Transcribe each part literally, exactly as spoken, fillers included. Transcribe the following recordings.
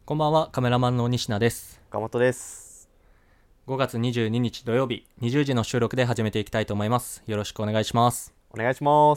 こんばんは、カメラマンの西名です。 岡本です。 ごがつにじゅうににち土曜日にじゅうじの収録で始めていきたいと思います。よろしくお願いします。 お願いします。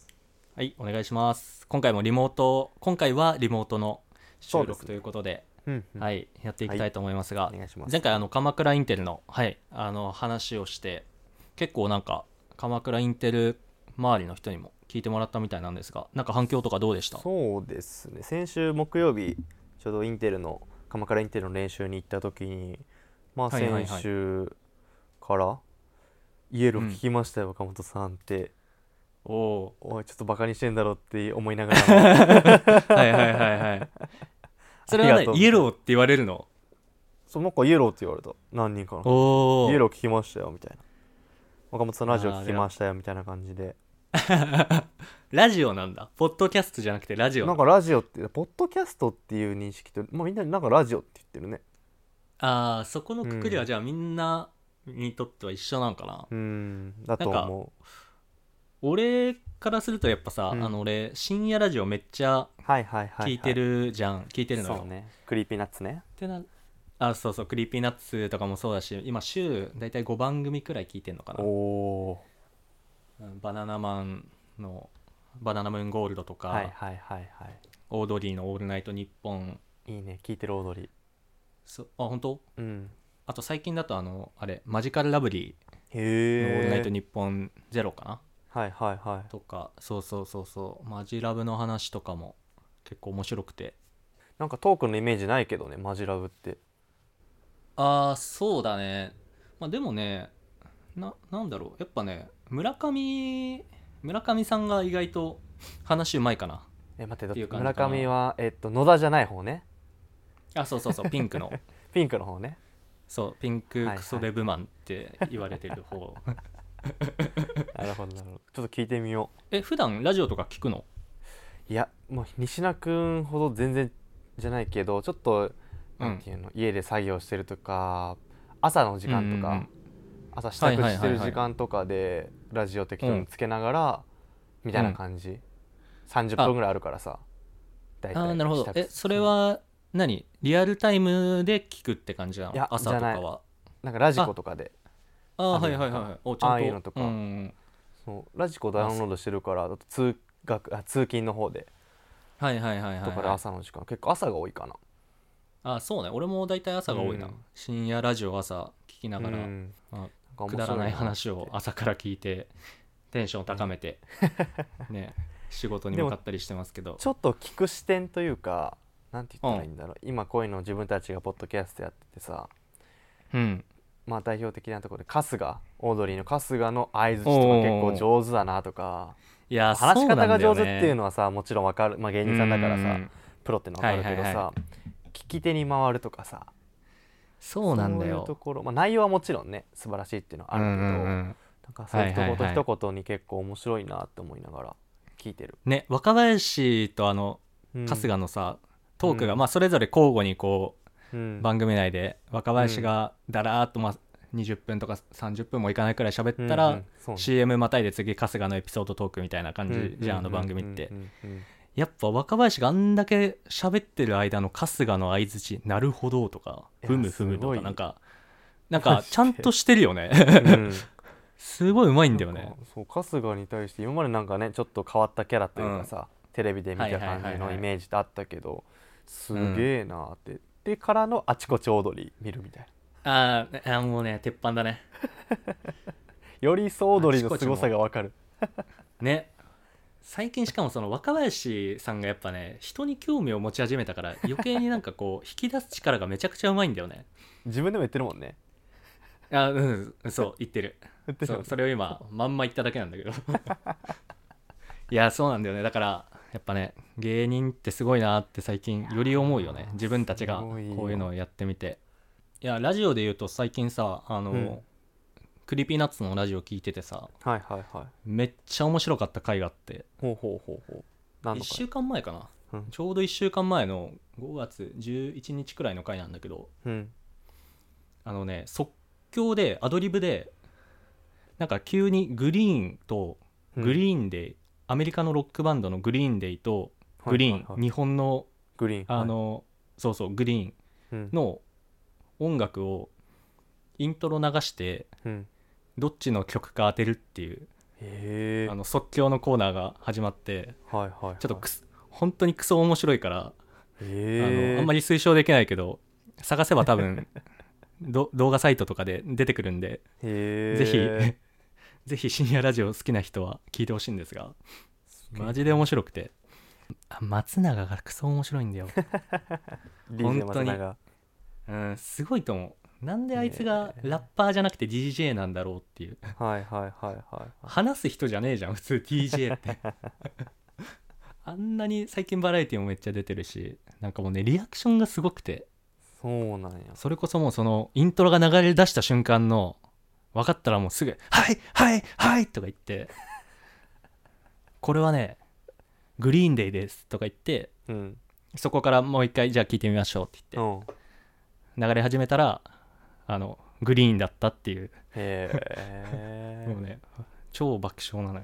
はい、お願いします。今回もリモート今回はリモートの収録ということで、 うんうん、 はい、やっていきたいと思いますが、 はい、お願いします。 前回あの鎌倉インテルの、はい、あの話をして、結構なんか鎌倉インテル周りの人にも聞いてもらったみたいなんですが、なんか反響とかどうでした？ そうですね、先週木曜日ちょうどインテルの鎌倉インテルの練習に行った時に、まあ先週からイエロー聞きましたよ、うん、岡本さんって。 おおいちょっとバカにしてんだろって思いながらもはいはいはいはいそれはねイエローって言われるの？ そう、なんかイエローって言われた、何人かの人にイエロー聞きましたよみたいな、岡本さんラジオ聞きましたよみたいな感じでラジオなんだ、ポッドキャストじゃなくてラジオななんかラジオってポッドキャストっていう認識と、まあ、みんななんかラジオって言ってるね。 ああ、そこのくくりはじゃあみんなにとっては一緒なんかな。 うん、だと思う。 俺からするとやっぱさ、うん、あの俺深夜ラジオめっちゃ聞いてるじゃん、はいはいはいはい、聞いてるのよ。 そうね、クリーピーナッツね。 ってなあ、そうそう、クリーピーナッツとかもそうだし、今週だいたいごばん組くらい聞いてんのかな。 おー、バナナマンのバナナムーンゴールドとか、 はいはいはいはい、 オードリーのオールナイトニッポン。 いいね、聞いてるオードリー。 そあ、本当？ うん。 あと最近だとあのあれマジカルラブリーのオールナイトニッポンゼロかな、 はいはいはい、 とか、そうそうそうそう、マジラブの話とかも結構面白くて。 なんかトークのイメージないけどね、マジラブって。 ああ、そうだね。まあでもね、ななんだろう、やっぱね、村上村上さんが意外と話うまいかな。 え、待って、 っていう感じ村かな。 上はえっと野田じゃない方ね。 あ、そうそうそう、ピンクのピンクの方ね。 そう、ピンククソデブマンって言われてる方、はいはいなるほどなるほど、ちょっと聞いてみよう。 え、普段ラジオとか聞くの？ いや、もう西名くんほど全然じゃないけど、ちょっとなんていうの、うん、家で作業してるとか朝の時間とか、うんうんうん、朝支度してる時間とかでラジオ適当につけながら、うん、みたいな感じ、うん、さんじゅっぷんぐらいあるからさ、 大体。ああ、なるほど。え、それは何、リアルタイムで聞くって感じなの？いや、朝とかはなんかラジコとかで、 ああ、はいはいはい、お、ちゃんとああいうのとか、うん、そうラジコダウンロードしてるから、通学あ通勤の方で、 はいはいはいはい、はい、 とかで朝の時間、結構朝が多いかな。 あ、そうね、俺も大体朝が多いな、うん、深夜ラジオ朝聞きながら、うん、まあ、くだらない話を朝から聞いてテンション高めて、うん、ね、仕事に向かったりしてますけど、 ちょっと聞く視点というか、なんて言ったらいいんだろう、うん、今こういうの自分たちがポッドキャストやっててさ、 うん、 まあ代表的なところで春日オードリーの春日の相づちとか結構上手だなとか、 いや、 話し方が上手っていうのはさ、もちろん分かる、まあ、芸人さんだからさプロってのは分かるけどさ、はいはいはい、聞き手に回るとかさ、 そうなんだよ、 そういうところ、まあ、内容はもちろんね素晴らしいっていうのはあるけど、うんうんうん、なんかそういう一言一言に結構面白いなって思いながら聞いてる、 ね。若林とあの春日のさ、うん、トークが、まあ、それぞれ交互にこう、うん、番組内で若林がだらーっと、まあ、にじゅっぷんとかさんじゅっぷんもいかないくらい喋ったら、うんうん、シーエム またいで次春日のエピソードトークみたいな感じじゃん、あの番組って。やっぱ若林があんだけ喋ってる間の春日の相づち、なるほどとかふむふむとか、なんかなんかちゃんとしてるよね、うん、すごいうまいんだよね。 そう、春日に対して今までなんかねちょっと変わったキャラというかさ、うん、テレビで見た感じのイメージってあったけど、すげえなって、うん、でからのあちこちオードリー見るみたいな。ああ、もうね鉄板だねよりソードリーの凄さが分かるね。最近しかもその若林さんがやっぱね人に興味を持ち始めたから余計になんかこう引き出す力がめちゃくちゃうまいんだよね自分でも言ってるもんね。 あ、うん、そう言ってる言ってる、そう、それを今まんま言っただけなんだけどいやそうなんだよね。だからやっぱね芸人ってすごいなって最近より思うよね、自分たちがこういうのをやってみて。いやラジオで言うと最近さ、あの、うん、クリーピーナッツのラジオ聞いててさ、 はいはいはい、 めっちゃ面白かった回があって、 ほうほうほうほう、何の回？いっしゅうかんまえかな、うん、ちょうどいっしゅうかんまえのごがつじゅういちにちくらいの回なんだけど、うん、あのね即興でアドリブでなんか急にグリーンとグリーンデイ、うん、アメリカのロックバンドのグリーンデイとグリーン、はいはいはい、日本のグリーン、 あの、はい、 そうそうグリーンの音楽をイントロ流して、うん、どっちの曲か当てるっていう、 へー、 あの即興のコーナーが始まって、 はいはいはい、 ちょっとくす本当にクソ面白いから、 へー、 あのあんまり推奨できないけど探せば多分動画サイトとかで出てくるんで、 へー、 ぜひぜひ深夜ラジオ好きな人は聞いてほしいんですが、マジで面白くて、あ松永がクソ面白いんだよ本当に、うん、すごいと思う。なんであいつがラッパーじゃなくて ディージェー なんだろうっていう、 はいはいはいはい、 話す人じゃねえじゃん普通 ディージェー ってあんなに最近バラエティもめっちゃ出てるし、なんかもうねリアクションがすごくて、 そうなんや。 それこそもうそのイントロが流れ出した瞬間の分かったらもうすぐはいはいはいとか言ってこれはねグリーンデイですとか言って、うん、そこからもう一回じゃあ聞いてみましょうって言って、うん、流れ始めたらあのグリーンだったっていう、へもうね超爆笑なのよ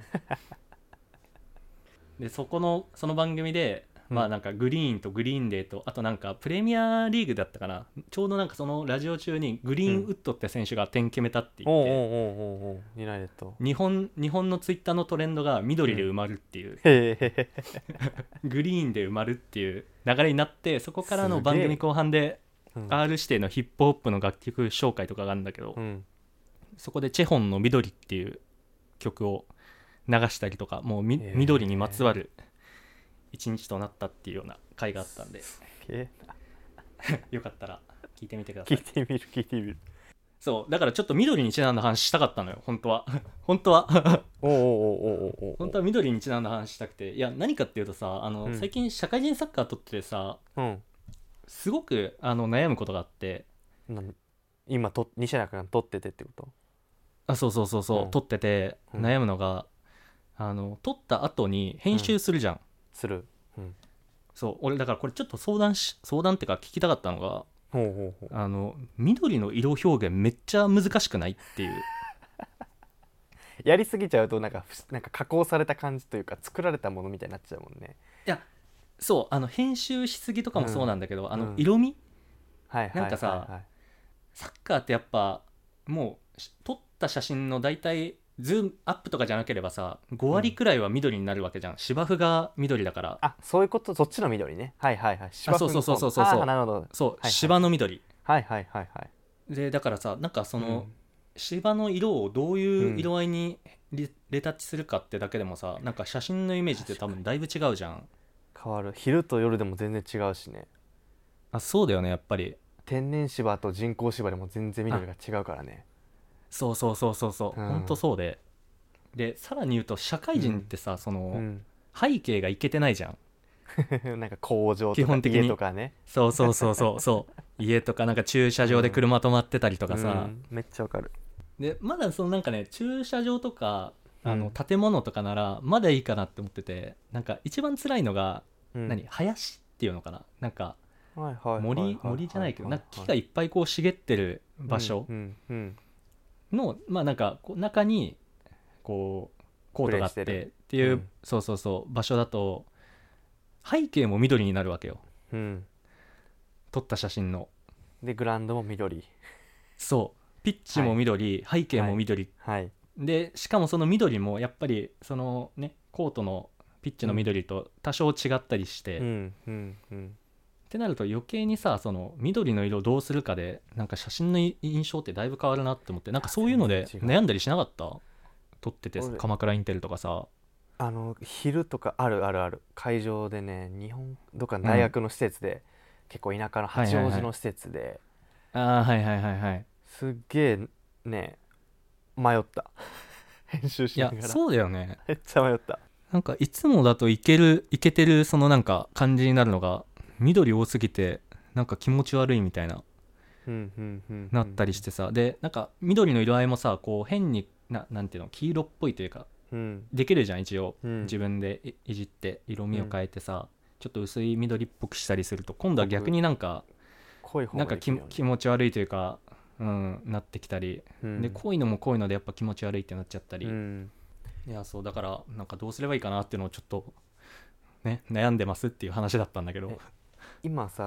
でそこのその番組で、うん、まあなんかグリーンとグリーンデーとあとなんかプレミアリーグだったかな、ちょうどなんかそのラジオ中にグリーンウッドって選手が点決めたって言って、うん、おうおうおうおう見ないと日本日本のツイッターのトレンドが緑で埋まるっていう、うん、グリーンで埋まるっていう流れになって、そこからの番組後半で R 指定のヒップホップの楽曲紹介とかがあるんだけど、うん、そこでチェホンの緑っていう曲を流したりとか、もうみ、えー、緑にまつわる一日となったっていうような回があったんで、えー、よかったら聞いてみてください。 聞いてみる聞いてみる。 そうだからちょっと緑にちなんだ話したかったのよ本当は本当はおおおおお本当は緑にちなんだ話したくて、いや何かっていうとさ、あの、うん、最近社会人サッカー撮っててさ、うん、すごくあの悩むことがあって、 今と西中が撮っててってこと？ あそうそうそうそう、うん、撮ってて悩むのが、あの撮った後に編集するじゃん、うん、 する、うん、 そう俺だからこれちょっと相談し相談っていうか聞きたかったのが、ほうほうほう、あの緑の色表現めっちゃ難しくないっていうやりすぎちゃうとなんかなんか加工された感じというか作られたものみたいになっちゃうもんね。 いやそうあの編集しすぎとかもそうなんだけど、うん、あの色味、うん、なんかさ、はいはいはいはい、サッカーってやっぱもう撮った写真の大体ズームアップとかじゃなければさご割くらいは緑になるわけじゃん、うん、芝生が緑だから。 あそういうこと、そっちの緑ね。はいはいはい、芝生の、 そうそうそうそうそう、 なるほど、 そう、はいはい、芝の緑、 はいはいはいはい、 でだからさなんかその、うん、芝の色をどういう色合いにリ、レタッチするかってだけでもさ、なんか写真のイメージって多分だいぶ違うじゃん。 変わる、昼と夜でも全然違うしね。 あそうだよね、やっぱり天然芝と人工芝でも全然緑が違うからね。 そうそうそうそうそう、うん、ほんとそうででさらに言うと社会人ってさ、うん、その、うん、背景がいけてないじゃんなんか工場とか家とかね。 そうそうそうそうそう家とかなんか駐車場で車止まってたりとかさ、うんうん、 めっちゃわかる。 でまだそのなんかね駐車場とかあの建物とかならまだいいかなって思ってて、なんか一番辛いのが、うん、何林っていうのかな、なんか森森じゃないけどなんか木がいっぱいこう茂ってる場所の、まあなんかこう中にこうコートがあってっていう、うん、そうそうそう場所だと背景も緑になるわけよ、うん、撮った写真の。 でグラウンドも緑、 そうピッチも緑、はい、背景も緑、はいはい、でしかもその緑もやっぱりそのねコートのピッチの緑と多少違ったりして、うんうんうん、ってなると余計にさその緑の色をどうするかでなんか写真の印象ってだいぶ変わるなって思って、なんかそういうので悩んだりしなかった？撮ってて鎌倉インテルとかさ、 あの昼とかあるあるある会場でね、日本どっかの大学の施設で、うん、結構田舎の八王子の施設で、 はいはいはい、あはいはいはいはい、 すっげえね迷った編集しながら。 いやそうだよねめっちゃ迷った。 なんかいつもだといけるいけてるそのなんか感じになるのが緑多すぎてなんか気持ち悪いみたいな、うんうんうん、なったりしてさ、でなんか緑の色合いもさこう変にななんていうの黄色っぽいというか、うん、できるじゃん一応、うん、自分で い, いじって色味を変えてさ、うん、ちょっと薄い緑っぽくしたりすると今度は逆になんか濃い方がいいよね、なんか気持ち悪いというか、うん、なってきたり、うん、で濃いのも濃いのでやっぱ気持ち悪いってなっちゃったり、うん、いやそうだからなんかどうすればいいかなっていうのをちょっとね悩んでますっていう話だったんだけど、 今さ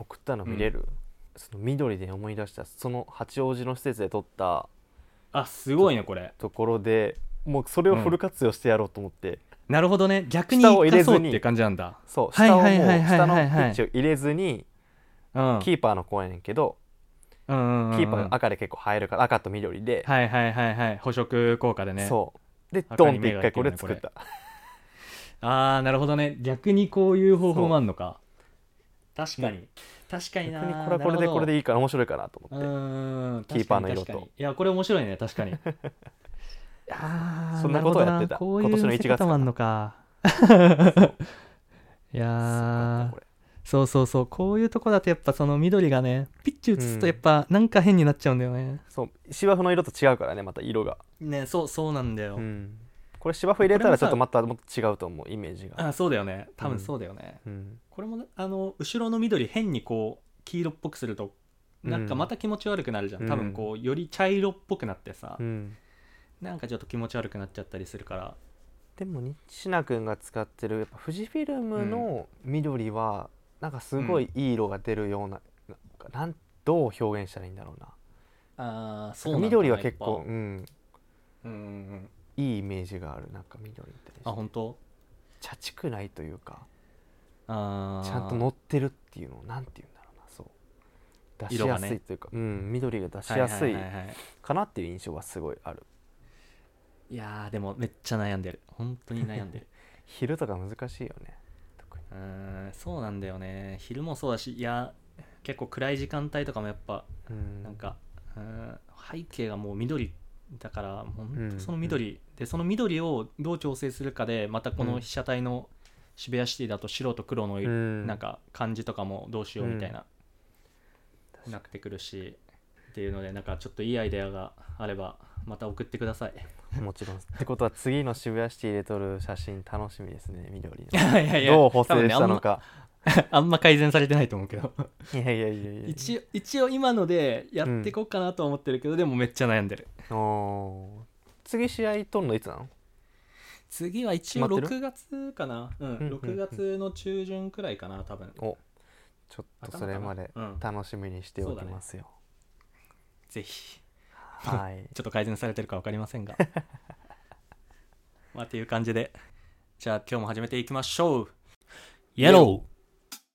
送ったの見れる、うん、その緑で思い出したその八王子の施設で撮ったあすごいねこれところでもうそれをフル活用してやろうと思って、うん、 なるほどね逆に生かそうっていう感じなんだそう下をもう下のピッチを入れずに、うん、キーパーの子やねんけど、うんうんうんうん、キーパーが赤で結構映えるから赤と緑ではいはいはいはい補色効果でねそうでドンって一回これ作ったあーなるほどね逆にこういう方法もあんのか確かに確かにな逆にこれはこれでこれでいいから面白いかなと思ってうんキーパーの色といやこれ面白いね確かにあそんなことをやってたこういう今年のいちがつかもあんのかいやそうそうそうこういうとこだとやっぱその緑がねピッチ映すとやっぱなんか変になっちゃうんだよね、うん、 そう芝生の色と違うからねまた色がねそうそうなんだよ、 うん、これ芝生入れたらちょっとまたもっと違うと思うイメージがあそうだよね多分そうだよね、うんうん、これもあの後ろの緑変にこう黄色っぽくするとなんかまた気持ち悪くなるじゃん、うん、多分こうより茶色っぽくなってさ、うん、なんかちょっと気持ち悪くなっちゃったりするからでも西名くんが使ってるやっぱ富士フィルムの緑はなんかすごいいい色が出るような、うん、なんどう表現したらいいんだろうなあそうなんだ緑は結構、うんうんうん、 いいイメージがあるなんか緑に対してあ本当茶畜ないというかあちゃんと乗ってるっていうのをなんていうんだろうなそう出しやすいというか、ねうん、緑が出しやすいかなっていう印象はすごいあるいやでもめっちゃ悩んでる本当に悩んでる昼とか難しいよね特にうんそうなんだよね昼もそうだしいや結構暗い時間帯とかもやっぱうんなんかうん背景がもう緑だから本当その緑、うん、でその緑をどう調整するかでまたこの被写体の渋谷シティだと白と黒のなんか感じとかもどうしようみたいな、うん、なってくるしっていうのでなんかちょっといいアイデアがあればまた送ってくださいもちろんってことは次の渋谷シティで撮る写真楽しみですね緑のいやいやいやどう補正したのかあんま改善されてないと思うけどいやいやいやいや一応一応今のでやっていこうかなとは思ってるけど、うん、でもめっちゃ悩んでるお次試合撮るのいつなの次は一応ろくがつかな、うんうん、ろくがつの中旬くらいかな多分おちょっとそれまで楽しみにしておきますよ、 うん、ぜひはいちょっと改善されてるか分かりませんがまあっていう感じでじゃあ今日も始めていきましょうイエロー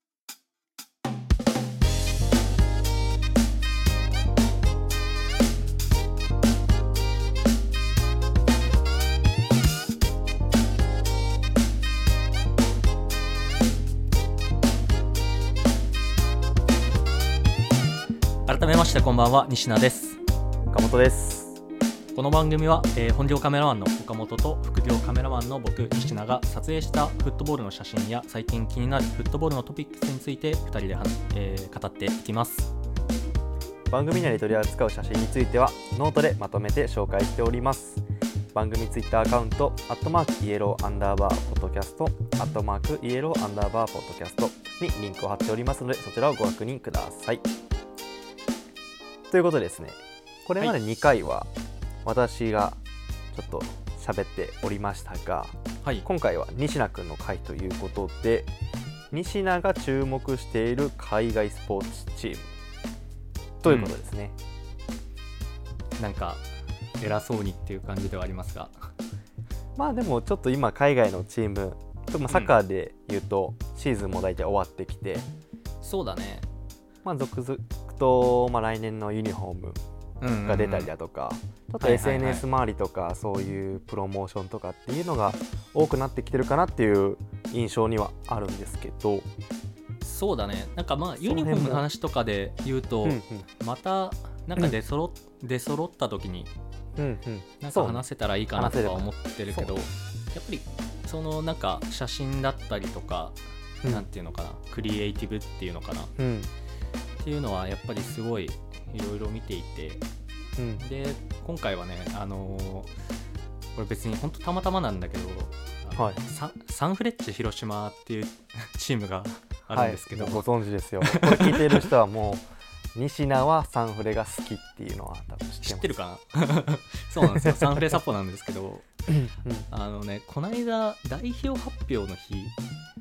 改めましてこんばんは西名です。 岡本です。 この番組は、えー、本業カメラマンの岡本と副業カメラマンの僕西名が撮影したフットボールの写真や最近気になるフットボールのトピックスについてふたりでは、えー、語っていきます。 番組内で取り扱う写真についてはノートでまとめて紹介しております。番組ツイッターアカウントアットマークイエローアンダーバーポッドキャストアットマークイエローアンダーバーポッドキャストにリンクを貼っておりますのでそちらをご確認ください。ということでですね、これまでにかいは私がちょっと喋っておりましたが、はい、今回は西名くんの回ということで西名が注目している海外スポーツチームということですね、 うん、なんか偉そうにっていう感じではありますがまあでもちょっと今海外のチームサッカーで言うとシーズンも大体終わってきて、うん、 そうだねまあ続々と、まあ、来年のユニフォームが出たりだとか、うんうんうん、ちょっと エスエヌエス 周りとかそういうプロモーションとかっていうのが多くなってきてるかなっていう印象にはあるんですけど、 そうだねなんかまあユニフォームの話とかで言うと、うんうん、またなんか出揃、うん、出揃った時になんか話せたらいいかなとは思ってるけど、やっぱりそのなんか写真だったりとか、うん、なんていうのかなクリエイティブっていうのかな、うんっていうのはやっぱりすごいいろいろ見ていて、うん、で今回はね、あのー、これ別に本当たまたまなんだけど、はい、サ, サンフレッチェ広島っていうチームがあるんですけど、 はい、ご存知ですよ。これ聞いてる人はもう西名はサンフレが好きっていうのは多分知ってます。 知ってるかなそうなんですよサンフレサポなんですけど、うん、あのねこの間代表発表の日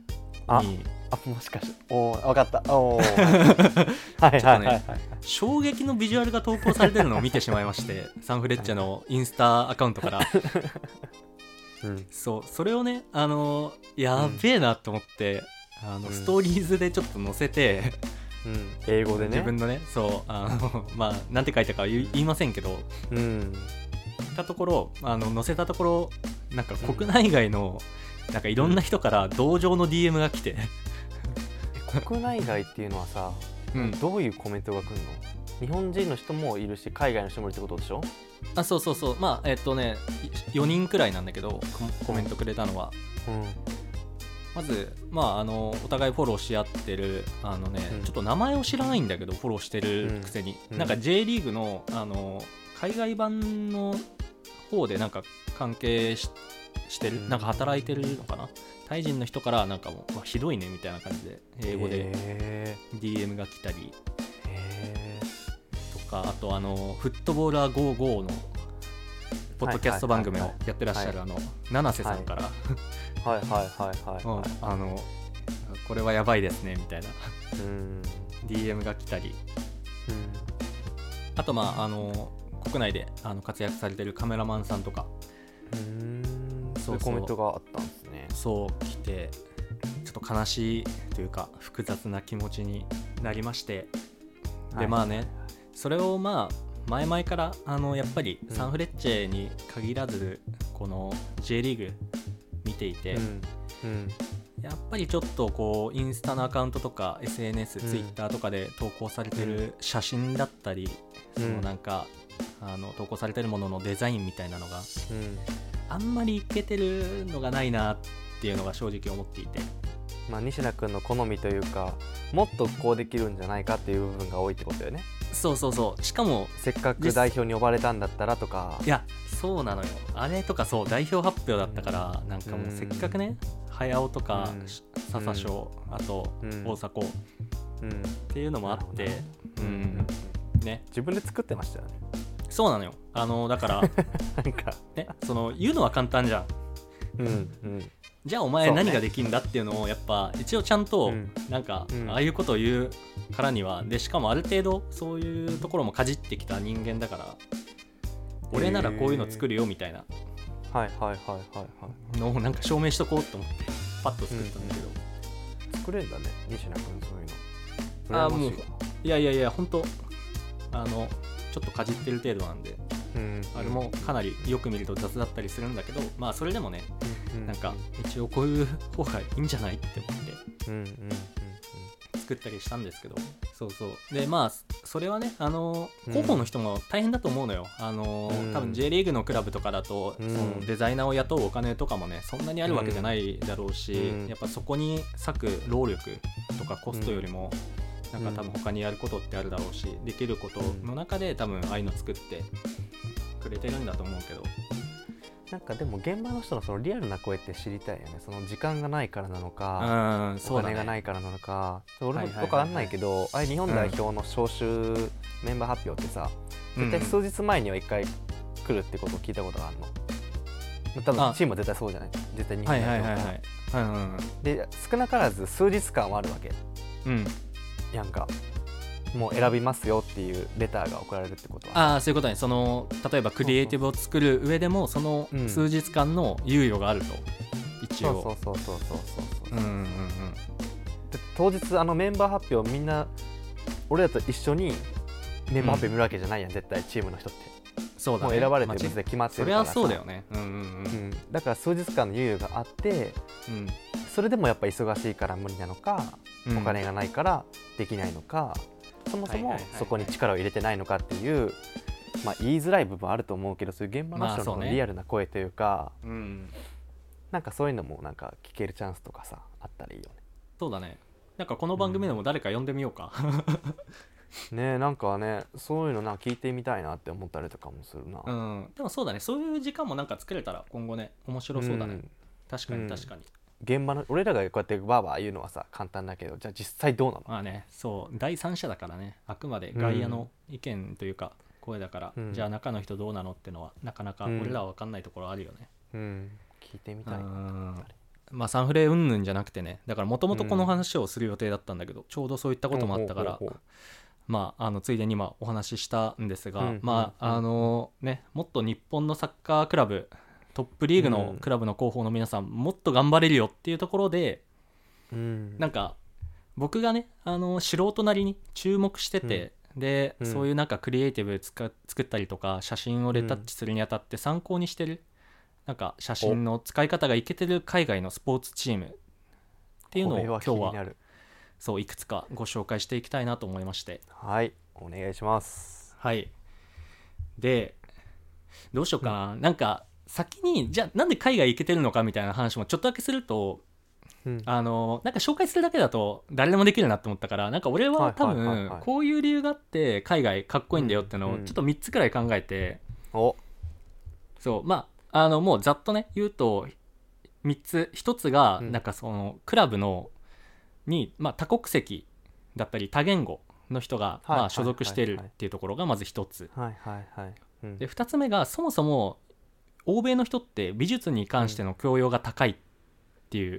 あにあもしかしておー分かったおーはいはいはいはい、 衝撃のビジュアルが投稿されてるのを見てしまいましてサンフレッチェのインスタアカウントからうん、 そうそれをねあのやべえなと思って、うん、あのストーリーズでちょっと載せて、 うん、英語でね自分のねそうあのまあなんて書いたかは言い、言いませんけど、 うん、 たところあの載せたところなんか国内外の、うん、なんかいろんな人から同情の ディーエム が来て、 うん、国内外っていうのはさ、うん、どういうコメントが来るの？日本人の人もいるし海外の人もいるってことでしょ？ あそうそうそうまあえっとねよにんくらいなんだけどコメントくれたのは、うん、まずまああのお互いフォローし合ってるあのね、うん、ちょっと名前を知らないんだけどフォローしてるくせに、うん、なんか J リーグのあの海外版の方でなんか関係 し, してるなんか働いてるのかな、タイ人の人からなんかもう、まあ、ひどいねみたいな感じで英語で ディーエム が来たりとか、あとあのフットボーラーゴーゴーのポッドキャスト番組をやってらっしゃるあの七瀬さんからはいはいはいはい、 あのこれはやばいですねみたいなうん ディーエム が来たり、うん、あとまああの国内であの活躍されてるカメラマンさんとかうーんそういうコメントがあったんですね。 そう来てちょっと悲しいというか複雑な気持ちになりまして、で、はい、まあねそれをまあ前々からあのやっぱりサンフレッチェに限らず、うん、この J リーグ見ていて、うんうん、やっぱりちょっとこうインスタのアカウントとか エスエヌエス、うん、ツイッターとかで投稿されてる写真だったり、うん、そのなんかあの投稿されてるもののデザインみたいなのが、うん、あんまりいけてるのがないなっていうのが正直思っていて、 まあ、西田君の好みというかもっとこうできるんじゃないかっていう部分が多いってことよね。 そうそうそう、しかもせっかく代表に呼ばれたんだったらとか、 いやそうなのよ、あれとかそう代表発表だったから、うん、なんかもうせっかくね早尾とか笹生、うん、あと大迫、うん、っていうのもあって、うんうん、ね自分で作ってましたよね。 そうなのよ、あのだからなんか、ね、その言うのは簡単じゃん、うんうん、じゃあお前何ができるんだっていうのをやっぱ一応ちゃんとなんかああいうことを言うからにはで、しかもある程度そういうところもかじってきた人間だから、俺ならこういうの作るよみたいなはいはいはいはいのをなんか証明しとこうと思ってパッと作ったんだけど、 うん、作れんだね西野君そういうの。ああもういやいやいや本当あのちょっとかじってる程度なんで、うん、あれもかなりよく見ると雑だったりするんだけど、まあそれでもね、うん、なんか一応こういう方がいいんじゃないって思って、うんうんうんうん、作ったりしたんですけど、そうそうでまあそれはねあの広報の人も大変だと思うのよ、あの、うん、多分 J リーグのクラブとかだと、うん、そのデザイナーを雇うお金とかもねそんなにあるわけじゃないだろうし、うん、やっぱそこに割く労力とかコストよりも、うん、なんか多分他にやることってあるだろうし、できることの中で多分ああいうの作ってくれてるんだと思うけど、 なんかでも現場の人のそのリアルな声って知りたいよね。その時間がないからなのか、うん、お金がないからなのか、ね、俺も分かんないけど、はいはいはいはい、あれ日本代表の招集メンバー発表ってさ、うん、絶対数日前には一回来るってことを聞いたことがあるの。多分チームは絶対そうじゃない、絶対日本代表が、はいはいはいはい、で少なからず数日間はあるわけ、うん、やんかもう選びますよっていうレターが送られるってことは、 ああそういうことね。その例えばクリエイティブを作る上でもその数日間の猶予があると、うん、一応そうそうそうそうそうそう、うんうんうん、で当日あのメンバー発表みんな俺らと一緒にメンバー発表見るわけじゃないやん、うん、絶対チームの人ってそうだ、ね、 もう選ばれてる別で決まってるからさ、 そりゃそうだよね、うんうんうんうん、 だから数日間の猶予があって、うん、それでもやっぱ忙しいから無理なのか、うん、お金がないからできないのか、そもそもそこに力を入れてないのかっていう、まあ、言いづらい部分あると思うけど、そういう現場の人のリアルな声というか、まあそうね、うん、なんかそういうのもなんか聞けるチャンスとかさあったらいいよね。 そうだね、なんかこの番組でも誰か呼んでみようか、 うん、ねえなんかねそういうのな聞いてみたいなって思ったりとかもするな、 うん、でもそうだね、そういう時間もなんか作れたら今後ね面白そうだね、うん、確かに確かに、うん、 現場の俺らがこうやってバーバー言うのはさ簡単だけど、じゃあ実際どうなの？ まあね、そう第三者だからね、あくまで外野の意見というか声だから、うん、じゃあ中の人どうなのってのはなかなか俺らは分かんないところあるよね、 うん、うん、聞いてみたいな、 まあサンフレ云々じゃなくてね、だからもともとこの話をする予定だったんだけど、うん、ちょうどそういったこともあったから、うん、まあ、あのついでに今お話ししたんですが、うん、まああのね、もっと日本のサッカークラブトップリーグのクラブの広報の皆さん、うん、もっと頑張れるよっていうところで、うん、なんか僕がね、あの素人なりに注目してて、うん、で、うん、そういうなんかクリエイティブつか作ったりとか写真をレタッチするにあたって参考にしてる、なんか写真の使い方がいけてる海外のスポーツチームっていうのを今日はそういくつかご紹介していきたいなと思いまして、 はい、お願いします。 はい。でどうしようかな、うん、なんか先にじゃあなんで海外行けてるのかみたいな話もちょっとだけすると、うん、あのなんか紹介するだけだと誰でもできるなって思ったから、なんか俺は多分こういう理由があって海外かっこいいんだよってのをちょっとみっつくらい考えて、うんうん、そうまああのもうざっとね言うとみっつ、ひとつがなんかそのクラブのに、まあ、多国籍だったり多言語の人がまあ所属してるっていうところがまずひとつ、でふたつめがそもそも欧米の人って美術に関しての教養が高いっていう、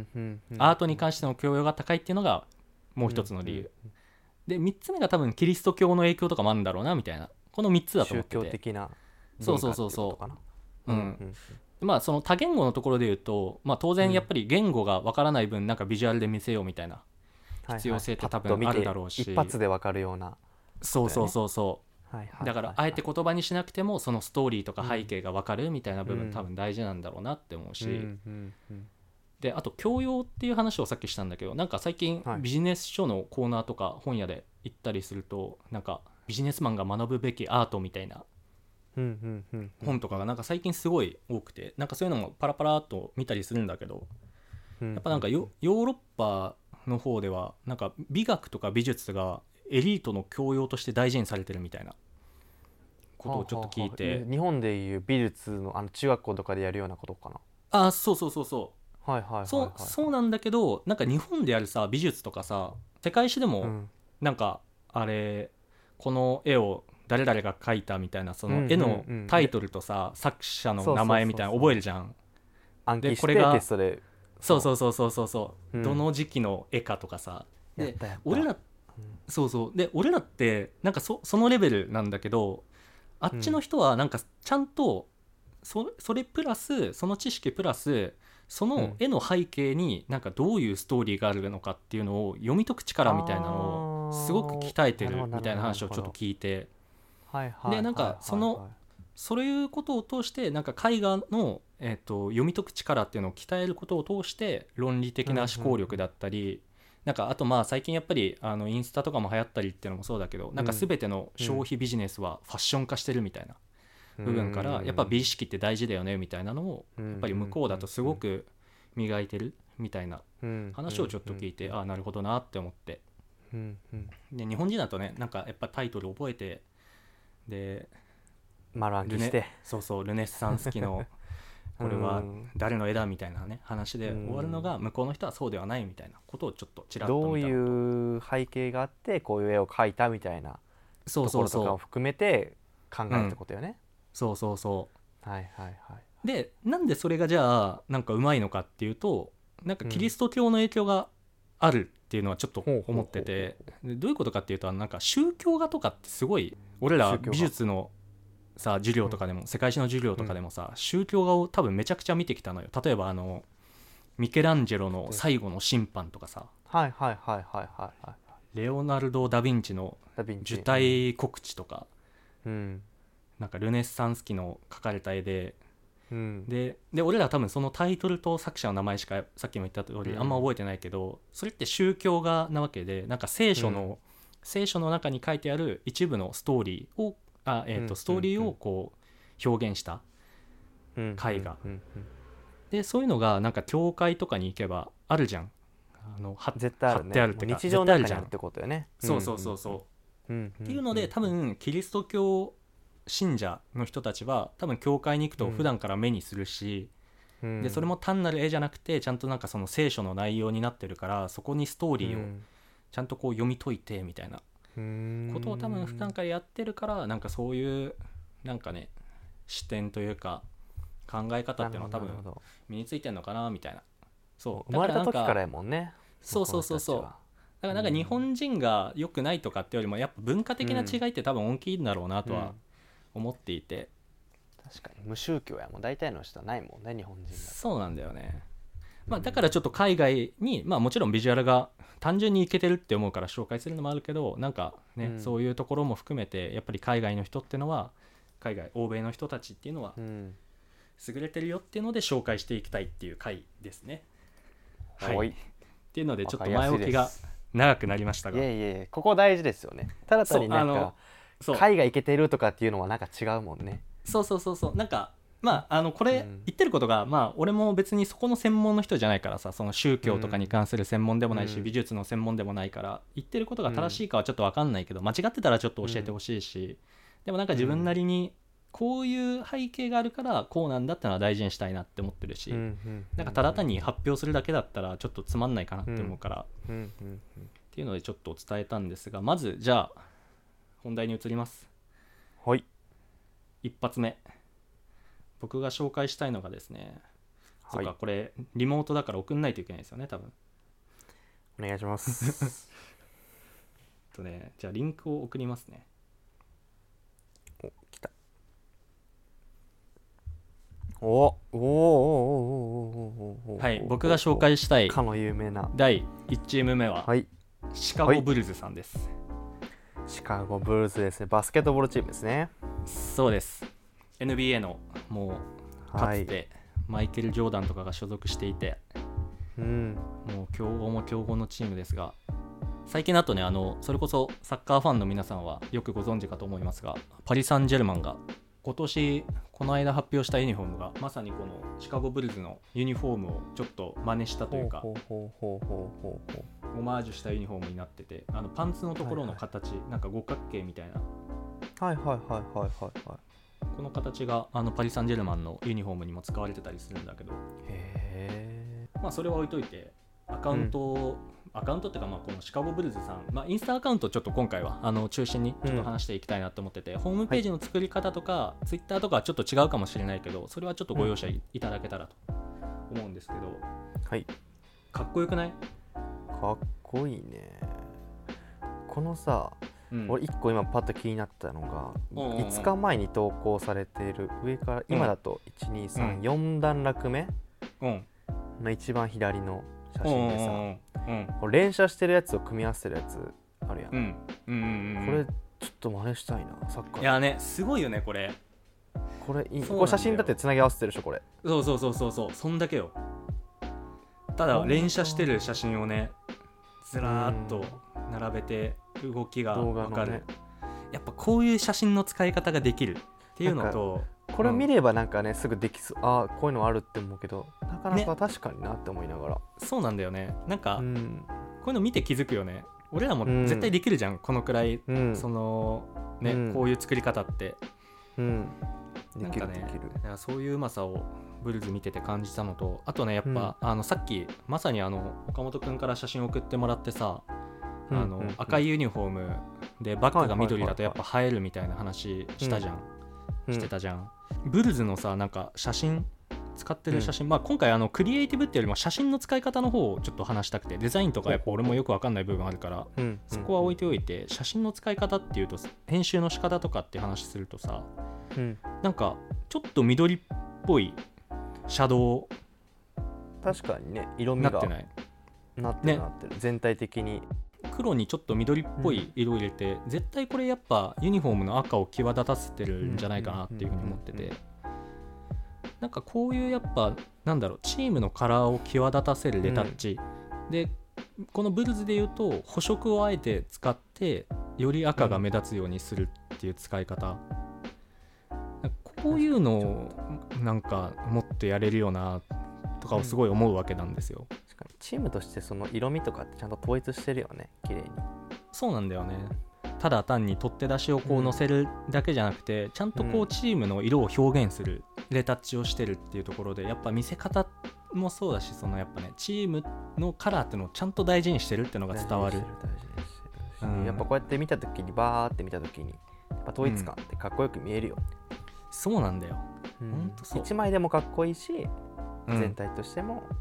アートに関しての教養が高いっていうのがもう一つの理由、でみっつめが多分キリスト教の影響とかもあるんだろうなみたいな、このみっつだと思ってて、宗教的な文化っていうことかな。そうそうそうそう、うんうんうん、まあその多言語のところで言うと、まあ、当然やっぱり言語がわからない分なんかビジュアルで見せようみたいな必要性って多分あるだろうし、 はいはい、一発でわかるような、ね、 そうそうそうそう、はいはいはいはい、だからあえて言葉にしなくてもそのストーリーとか背景がわかるみたいな部分、うん、多分大事なんだろうなって思うし、うんうんうん、であと教養っていう話をさっきしたんだけど、なんか最近ビジネス書のコーナーとか本屋で行ったりすると、なんかビジネスマンが学ぶべきアートみたいな本とかがなんか最近すごい多くて、なんかそういうのもパラパラっと見たりするんだけど、やっぱなんか ヨ, ヨーロッパの方ではなんか美学とか美術がエリートの教養として大事にされてるみたいなことをちょっと聞いて、はあはあ、 日本でいう美術 の, あの中学校とかでやるようなことかな。 あ、そうそうそうそう、はいはいはいはい、そうそうなんだけど、なんか日本でやるさ美術とかさ世界史でも、うん、なんかあれこの絵を誰々が描いたみたいなその絵のタイトルとさ、うんうんうん、作者の名前みたいな覚えるじゃん。 暗記してテストで、 そうそうそうそうそうそう、うん、どの時期の絵かとかさ、でやったやった俺ら、うん、そうそうで俺らってなんか そ, そのレベルなんだけど、あっちの人はなんかちゃんと そ, それプラスその知識プラスその絵の背景になんかどういうストーリーがあるのかっていうのを読み解く力みたいなのをすごく鍛えてるみたいな話をちょっと聞いて、でなんかそのそういうことを通してなんか絵画の、えー、と読み解く力っていうのを鍛えることを通して論理的な思考力だったり、うんうん、なんかあとまあ最近やっぱりあのインスタとかも流行ったりっていうのもそうだけど、なんか全ての消費ビジネスはファッション化してるみたいな部分からやっぱ美意識って大事だよねみたいなのをやっぱり向こうだとすごく磨いてるみたいな話をちょっと聞いて、ああなるほどなって思って、で日本人だとねなんかやっぱタイトル覚えてで丸暗記して、 そうそうルネッサンス期のこれは誰の絵だみたいなね話で終わるのが、向こうの人はそうではないみたいなことをちょっとちらっと見たのと、 どういう背景があってこういう絵を描いたみたいなところとかを含めて考えるってことよね。 そうそうそうはいはいはい。 でなんでそれがじゃあなんかうまいのかっていうと、なんかキリスト教の影響があるっていうのはちょっと思ってて、でどういうことかっていうと、なんか宗教画とかってすごい俺ら美術のさ授業とかでも、うん、世界史の授業とかでもさ、うん、宗教画を多分めちゃくちゃ見てきたのよ。例えばあのミケランジェロの最後の審判とかさ、 はいはいはいはいはいはい、 レオナルド・ダ・ヴィンチの受胎告知とか、うん、なんかルネッサンス期の描かれた絵で、うん、で, で俺ら多分そのタイトルと作者の名前しかさっきも言った通りあんま覚えてないけど、うん、それって宗教画なわけで、なんか聖書の、うん、聖書の中に書いてある一部のストーリーをあ、えーと、ストーリーをこう表現した絵画で、そういうのがなんか教会とかに行けばあるじゃん、あのは絶対ある、ね、 貼ってあるってか日常の中にあるってことよね。 そうそうそうそう、うんうん、っていうので多分キリスト教信者の人たちは多分教会に行くと普段から目にするし、うん、でそれも単なる絵じゃなくてちゃんとなんかその聖書の内容になってるから、そこにストーリーをちゃんとこう読み解いてみたいなことを多分普段からやってるから、なんかそういうなんかね視点というか考え方っていうのは多分身についてるのかなみたいなそう生まれた時かららやもんね。 そうそうそうそうだからなんか日本人が良くないとかってよりもやっぱ文化的な違いって多分大きいんだろうなとは思っていて、 うん、確かに無宗教やもん大体の人はないもんね日本人だと。 そうなんだよね、まあ、だからちょっと海外に、まあ、もちろんビジュアルが単純にイケてるって思うから紹介するのもあるけどなんかね、うん、そういうところも含めてやっぱり海外の人ってのは海外欧米の人たちっていうのは優れてるよっていうので紹介していきたいっていう回ですね。はい、っていうのでちょっと前置きが長くなりましたが、 いやいやいやここ大事ですよね。ただ単になんか海外イケてるとかっていうのはなんか違うもんね。 そうそうそうそうなんかまあ、あのこれ言ってることが、まあ、俺も別にそこの専門の人じゃないからさその宗教とかに関する専門でもないし、美術の専門でもないから言ってることが正しいかはちょっと分かんないけど、間違ってたらちょっと教えてほしいし、でもなんか自分なりにこういう背景があるからこうなんだってのは大事にしたいなって思ってるし、なんかただ単に発表するだけだったらちょっとつまんないかなって思うから、っていうのでちょっと伝えたんですが、まずじゃあ本題に移ります。 はい。 一発目僕が紹介したいのがですね、はい、そうかこれリモートだから送んないといけないですよね多分。 お願いしますとねじゃあリンクを送りますね。 お来た。おおおおおおはい僕が紹介したいかの有名なだいいちチーム目は、はい、シカゴブルズさんです、はい、 シカゴブルズですね。バスケットボールチームですね。 そうです。 エヌビーエー のもうかつてマイケル・ジョーダンとかが所属していて、うん、もう強豪も強豪のチームですが、最近だとねあのそれこそサッカーファンの皆さんはよくご存知かと思いますが、パリ・サンジェルマンが今年この間発表したユニフォームがまさにこのシカゴブルズのユニフォームをちょっと真似したというかオマージュしたユニフォームになってて、あのパンツのところの形、はいはい、なんか五角形みたいな、 はいはいはいはいはいはいこの形があのパリ・サンジェルマンのユニフォームにも使われてたりするんだけど、へー、まあそれは置いといてアカウント、うん、アカウントっていうかまあこのシカゴブルズさん、まあ、インスタアカウントちょっと今回はあの中心にちょっと話していきたいなと思ってて、うん、ホームページの作り方とか、はい、ツイッターとかはちょっと違うかもしれないけどそれはちょっとご容赦いただけたらと思うんですけど、 はい、 かっこよくない？ かっこいいね。このさ、うん、俺いっこ今パッと気になったのが、うんうんうん、いつかまえに投稿されている上から今だといちにさんよん段落目の一番左の写真でさ、うんうんうんうん、連射してるやつを組み合わせるやつあるやん、うんうんうんうん、これちょっと真似したいなサッカー。 いやねすごいよねこれ。 これいい。これ写真だってつなぎ合わせてるでしょこれ。 そうそうそうそうそうそんだけよ。ただ連射してる写真をねずらーっと並べて動きが分かる、ね、やっぱこういう写真の使い方ができるっていうのと、 これ見ればなんかね、うん、すぐできそう、あこういうのあるって思うけどなかなか確かになって思いながら、ね、 そうなんだよね。なんか、うん、こういうの見て気づくよね。俺らも絶対できるじゃん、うん、このくらい、うん、そのね、うん、こういう作り方って、うん、できる、ね、できる。だからそういううまさをブルズ見てて感じたのと、あとねやっぱ、うん、あのさっきまさにあの岡本くんから写真送ってもらってさ、あの、うんうん、赤いユニフォームでバッグが緑だとやっぱ映えるみたいな話したじゃん、うん、してたじゃん、うん、ブルズのさなんか写真使ってる写真、うん、まあ今回あのクリエイティブっていうよりも写真の使い方の方をちょっと話したくて、デザインとかやっぱ俺もよく分かんない部分あるから、うん、そこは置いておいて、写真の使い方っていうと編集の仕方とかって話するとさ、うん、なんかちょっと緑っぽいシャドウ確かにね色味がなってない？ なってるなってる、ね、全体的に黒にちょっと緑っぽい色を入れて、うん、絶対これやっぱユニフォームの赤を際立たせてるんじゃないかなっていうふうに思ってて、なんかこういうやっぱなんだろうチームのカラーを際立たせるレタッチ、うん、でこのブルズでいうと補色をあえて使ってより赤が目立つようにするっていう使い方、うん、こういうのをなんかもっとやれるよなとかをすごい思うわけなんですよ、うん、 確かにチームとしてその色味とかってちゃんと統一してるよね、綺麗に。 そうなんだよね。ただ単に取って出しをこう載せるだけじゃなくて、うん、ちゃんとこうチームの色を表現するレタッチをしてるっていうところで、やっぱ見せ方もそうだし、そのやっぱねチームのカラーっていうのをちゃんと大事にしてるっていうのが伝わる。 うん、やっぱこうやって見た時にバーって見た時にやっぱ統一感ってかっこよく見えるよ、 うん、そうなんだよ、 うん、ほんとそう。いちまいでもかっこいいし、全体としても比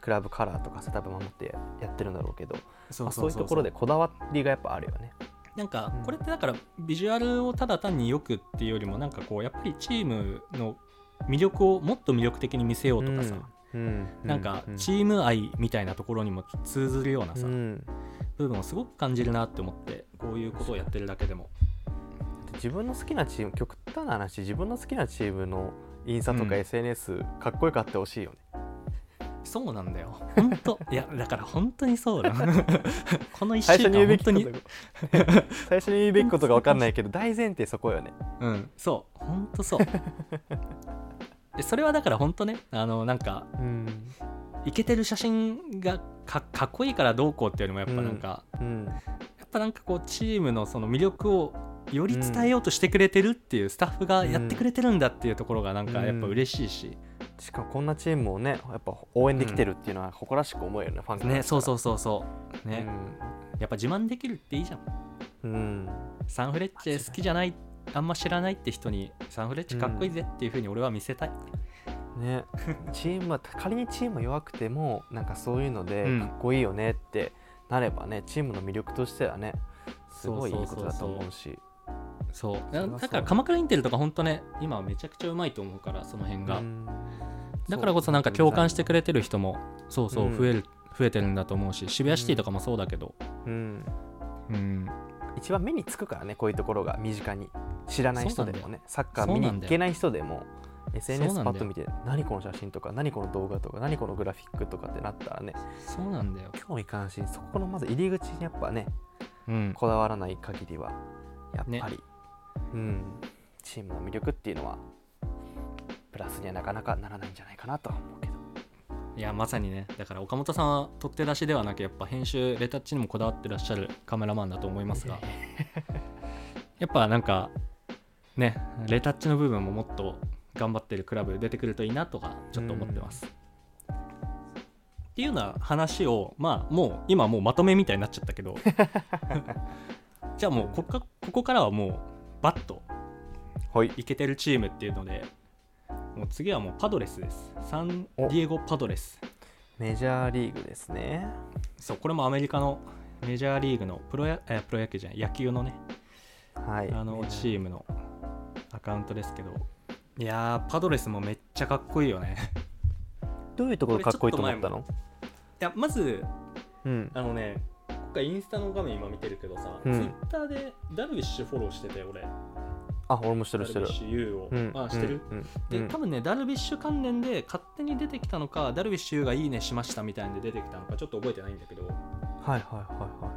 クラブカラーとかさ多分守ってやってるんだろうけど、 そうそうそうそう、 まあ、そういうところでこだわりがやっぱあるよね。 なんかこれってだからビジュアルをただ単によくっていうよりもなんかこうやっぱりチームの魅力をもっと魅力的に見せようとかさ、うんうん、なんかチーム愛みたいなところにも通ずるようなさ、うん、部分をすごく感じるなって思って、こういうことをやってるだけでも自分の好きなチーム、極端な話自分の好きなチームのインスタとか エスエヌエス、うん、かっこよかってほしいよね。 そうなんだよ本当いやだから本当にそうだこのいっしゅうかん本当に最初に言うべきことが分かんないけど大前提そこよね。 うんそう本当そうでそれはだから本当ね、あのなんか、うん、イケてる写真が か, かっこいいからどうこうっていうよりもやっぱなんか、うんうん、やっぱなんかこうチームのその魅力をより伝えようとしてくれてるっていう、スタッフがやってくれてるんだっていうところがなんかやっぱ嬉しいし、 うん、しかもこんなチームをねやっぱ応援できてるっていうのは誇らしく思えるね、うん、ファンからね。そうそうそうそうね、うん、やっぱ自慢できるっていいじゃん、うん、サンフレッチェ好きじゃない、あんま知らないって人にサンフレッチェかっこいいぜっていう風に俺は見せたい、 うん、ねチームは仮にチーム弱くてもなんかそういうのでかっこいいよねってなればね、チームの魅力としてはねすごいいいことだと思うし、 そうだから鎌倉インテルとか本当ね今はめちゃくちゃうまいと思うから、その辺がだからこそなんか共感してくれてる人もそうそう増える、うん、増えてるんだと思うし、渋谷シティとかもそうだけど、うんうん、一番目につくからね、こういうところが身近に知らない人でもね、サッカー見に行けない人でも エスエヌエス パッと見て何この写真とか何この動画とか何このグラフィックとかってなったらね、 そうなんだよ、 興味関心そこのまず入り口にやっぱね、うん、こだわらない限りはやっぱり、ね、うん、チームの魅力っていうのはプラスにはなかなかならないんじゃないかなとは思うけど、 いやまさにね、だから岡本さんは取って出しではなくやっぱ編集レタッチにもこだわってらっしゃるカメラマンだと思いますがやっぱなんかねレタッチの部分ももっと頑張ってるクラブ出てくるといいなとかちょっと思ってます、うん、っていうような話をまあもう今もうまとめみたいになっちゃったけどじゃあもうここ、ここからはもうバッといけてるチームっていうので、もう次はもうパドレスです。サンディエゴパドレス、 メジャーリーグですね。 そう、これもアメリカのメジャーリーグのプロや、えプロ野球じゃない、野球のね、はい、あのチームのアカウントですけど、いやーパドレスもめっちゃかっこいいよねどういうところかっこいいと思ったの？いやまず、うん、あのね今回インスタの画面今見てるけどさ、うん、ツイッターでダルビッシュフォローしてて俺。 あ、俺もしてるしてる。 ダルビッシュ有を、うん、あ、してる、うんうん、で、多分ねダルビッシュ関連で勝手に出てきたのか、ダルビッシュ有がいいねしましたみたいなんで出てきたのかちょっと覚えてないんだけど、はいはいはいはい。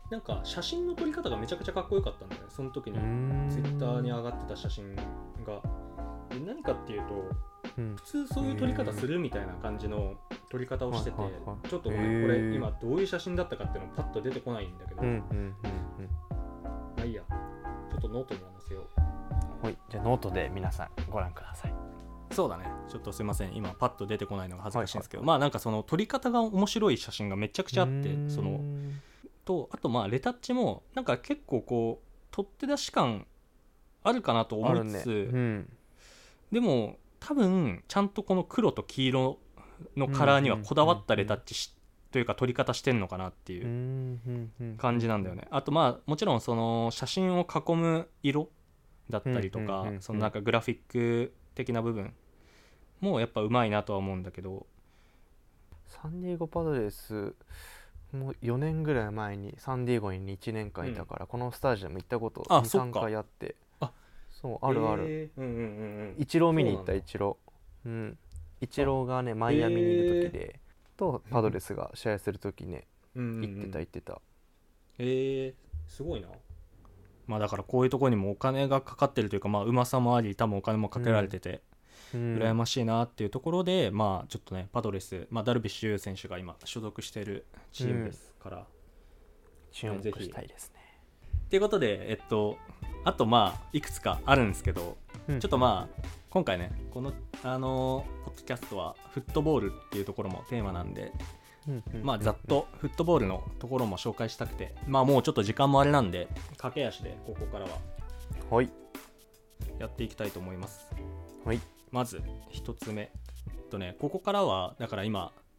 なんか写真の撮り方がめちゃくちゃかっこよかったんだよね、その時にツイッターに上がってた写真が。で何かっていうと、うん、普通そういう撮り方するみたいな感じの撮り方をしてて、ちょっとごめんこれ今どういう写真だったかっていうのパッと出てこないんだけど、うんうんうんうん、まあいいや、ちょっとノートには載せよう。 はい、じゃあノートで皆さんご覧ください。 そうだね、ちょっとすいません今パッと出てこないのが恥ずかしいんですけど、はいはい、まあなんかその撮り方が面白い写真がめちゃくちゃあって、そのとあとまあレタッチもなんか結構こう取って出し感あるかなと思いつつ、ね、うん、でも多分ちゃんとこの黒と黄色のカラーにはこだわったレタッチし、うんうんうんうん、というか撮り方してんのかなっていう感じなんだよね。あとまあもちろんその写真を囲む色だったりとか、うんうんうんうん、そのなんかグラフィック的な部分もやっぱうまいなとは思うんだけど、 サンディエゴパドレスもうよねんぐらい前にサンディエゴにいちねんかんいたから、うん、このスタジアム行ったことに、さんかいあって、あ、そうあるある、えーうんうんうん、イチロー見に行った。イチロー、うん、イチローがねマイアミにいる時で、えー、とパドレスが試合する時ね、うん、行ってた行ってた。 えー、すごいな。まあだからこういうところにもお金がかかってるというか、まあうまさもあり多分お金もかけられてて、うん、羨ましいなっていうところで、まあちょっとねパドレス、まあ、ダルビッシュ有選手が今所属しているチームですから、うん、 注目したいですね。 ということで、えっとあとまあいくつかあるんですけど、うん、ちょっとまあ今回ねこのあのポッドキャストはフットボールっていうところもテーマなんで、うんうん、まあざっとフットボールのところも紹介したくて、まあもうちょっと時間もあれなんで駆け足でここからはやっていきたいと思います。 はい。 まず一つ目とね、ここからはだから今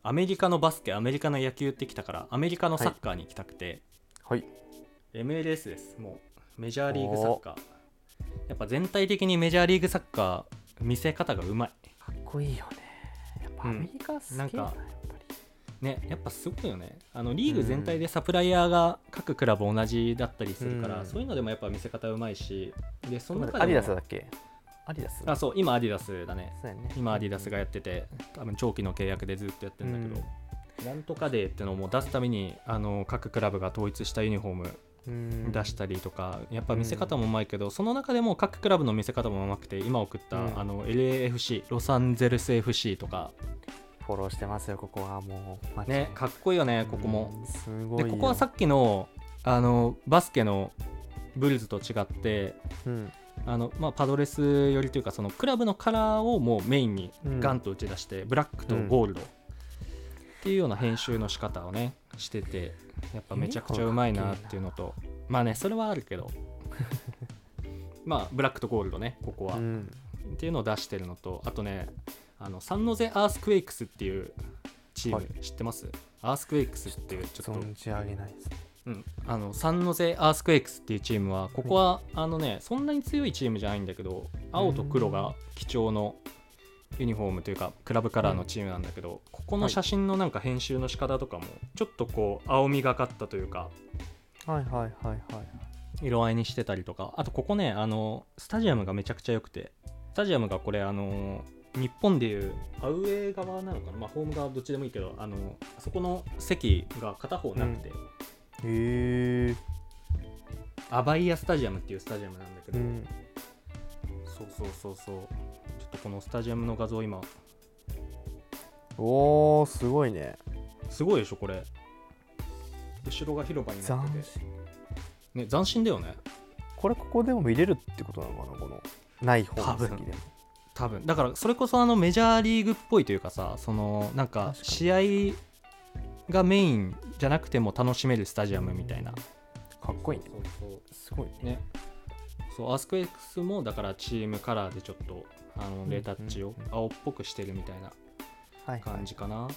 アメリカのバスケアメリカの野球ってきたからアメリカのサッカーに行きたくて、 はい、 エムエルエス です。もうメジャーリーグサッカー、やっぱ全体的にメジャーリーグサッカー見せ方がうまい。 かっこいいよね。やっぱアメリカ好き、うん、なんかね、やっぱすごいよね。あのリーグ全体でサプライヤーが各クラブ同じだったりするから、うん、そういうのでもやっぱ見せ方うまいし、でその中でもアディダスだっけ？アディダス？ あ、そう、今アディダスだね。 そうやね。 今アディダスがやってて、多分長期の契約でずっとやってるんだけど、うん、なんとかデーってのをもう出すためにあの各クラブが統一したユニフォーム出したりとか、やっぱ見せ方もうまいけど、その中でも各クラブの見せ方もうまくて、今送った、うん、あの エルエーエフシー ロサンゼルス エフシー とかフォローしてますよ。ここはもうね、かっこいいよね。ここも、 うん、すごいよ。 でここはさっきのあのバスケのブルズと違って、うん、あのまあ、パドレスよりというかそのクラブのカラーをもうメインにガンと打ち出して、うん、ブラックとゴールドっていうような編集の仕方をねしてて、やっぱめちゃくちゃうまいなっていうのと、まあねそれはあるけどまあブラックとゴールドねここは、うん、っていうのを出してるのと、あとねあのサンノゼアースクエイクスっていうチーム、はい、知ってます？アースクエイクスっていうちょっと存じ上げないですね。 うん、あのサンノゼアースクエイクスっていうチームはここは、はい、あのねそんなに強いチームじゃないんだけど、青と黒が基調のユニフォームというかクラブカラーのチームなんだけど、うん、ここの写真のなんか編集の仕方とかもちょっとこう青みがかったというか、 はいはいはいはい、 色合いにしてたりとか、あとここねあのスタジアムがめちゃくちゃ良くて、スタジアムがこれあの日本でいうアウェー側なのかな、まあ、ホーム側どっちでもいいけど、あのあそこの席が片方なくて、 うん、へー、 アバイアスタジアムっていうスタジアムなんだけど、うん、そうそうそうそう、ちょっとこのスタジアムの画像今、 おーすごいね。 すごいでしょこれ。後ろが広場になっててね、斬新だよね。 これここでも見れるってことなのかな、このない方の席でも。 多分だからそれこそあのメジャーリーグっぽいというかさ、そのなんか試合がメインじゃなくても楽しめるスタジアムみたいな。 かっこいいね。 そうそうそう、 すごいね, ねそうアースクエイクスもだからチームカラーでちょっとあのレタッチを青っぽくしてるみたいな感じかな、はいはい、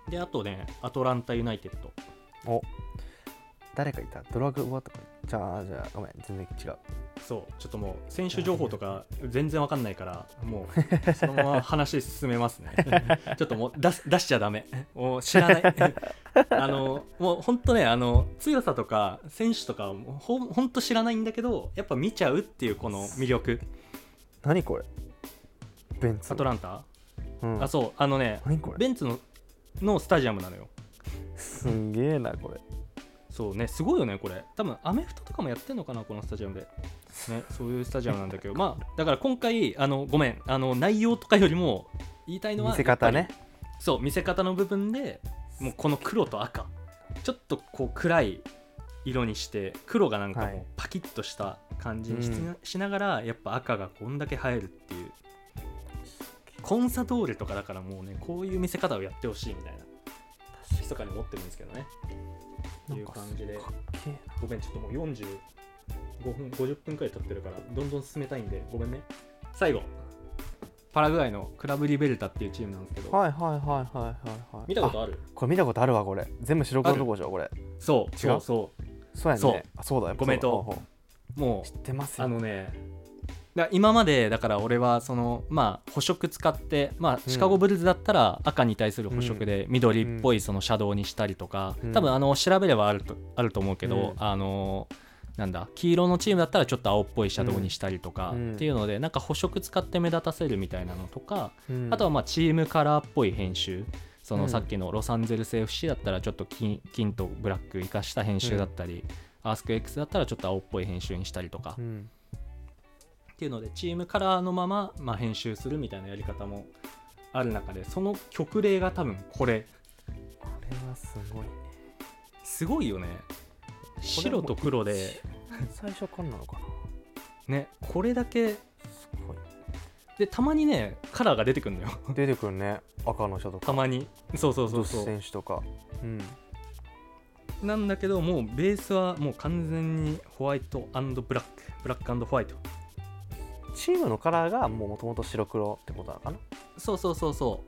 であとねアトランタユナイテッド。 お、誰かいた？ドラグワとか。じゃあじゃあごめん、全然違う。 そうちょっともう選手情報とか全然わかんないからもうそのまま話進めますねちょっともう出し、出しちゃダメ、もう知らないあのもうほんとね、あの強さとか選手とかほ, ほんと知らないんだけどやっぱ見ちゃうっていうこの魅力。 何これ？ベンツアトランタ、 うん、 あそうあのねベンツ の, のスタジアムなのよ。 すんげえなこれ。 そうね、すごいよねこれ。多分アメフトとかもやってんのかなこのスタジアムで、ね、そういうスタジアムなんだけどまあだから今回あのごめんあの内容とかよりも言いたいのは見せ方ね。 そう見せ方の部分でもうこの黒と赤ちょっとこう暗い色にして黒がなんかもうパキッとした感じに し,、はい、しながらやっぱ赤がこんだけ映えるっていう、コンサドーレとかだからもうねこういう見せ方をやってほしいみたいな密かに思ってるんですけどねっていう感じで。ごめんちょっともうよんじゅうごふんごじゅっぷんくらい経ってるからどんどん進めたいんでごめんね。最後パラグアイのクラブリベルタっていうチームなんですけど、 はいはいはいはいはいはい、 見たことある？ これ見たことあるわ。これ全部白黒のとこでしょこれ。 そう違うそうそうやね。そうあそうだよ。 ごめんともう知ってますよ。 あのねだ今までだから俺はそのまあ補色使ってまあシカゴブルーズだったら赤に対する補色で緑っぽいそのシャドウにしたりとか、多分あの調べればあるとあると思うけど、あのなんだ黄色のチームだったらちょっと青っぽいシャドウにしたりとかっていうのでなんか補色使って目立たせるみたいなのとか、あとはまあチームカラーっぽい編集、そのさっきのロサンゼルス エフシー だったらちょっと 金, 金とブラック生かした編集だったり、アースク X だったらちょっと青っぽい編集にしたりとか、っていうのでチームカラーのまま、まあ、編集するみたいなやり方もある中で、その極例が多分これこれはすごいね。 すごいよね。白と黒で最初からなのかなね、これだけすごいで、たまにねカラーが出てくるのよ出てくるね。赤の人とかたまにそうそうそうそう選手とか、うん、 なんだけどもうベースはもう完全にホワイト&ブラックブラック&ホワイト。 チームのカラーがもうもともと白黒ってことなのかな。 そうそうそうそ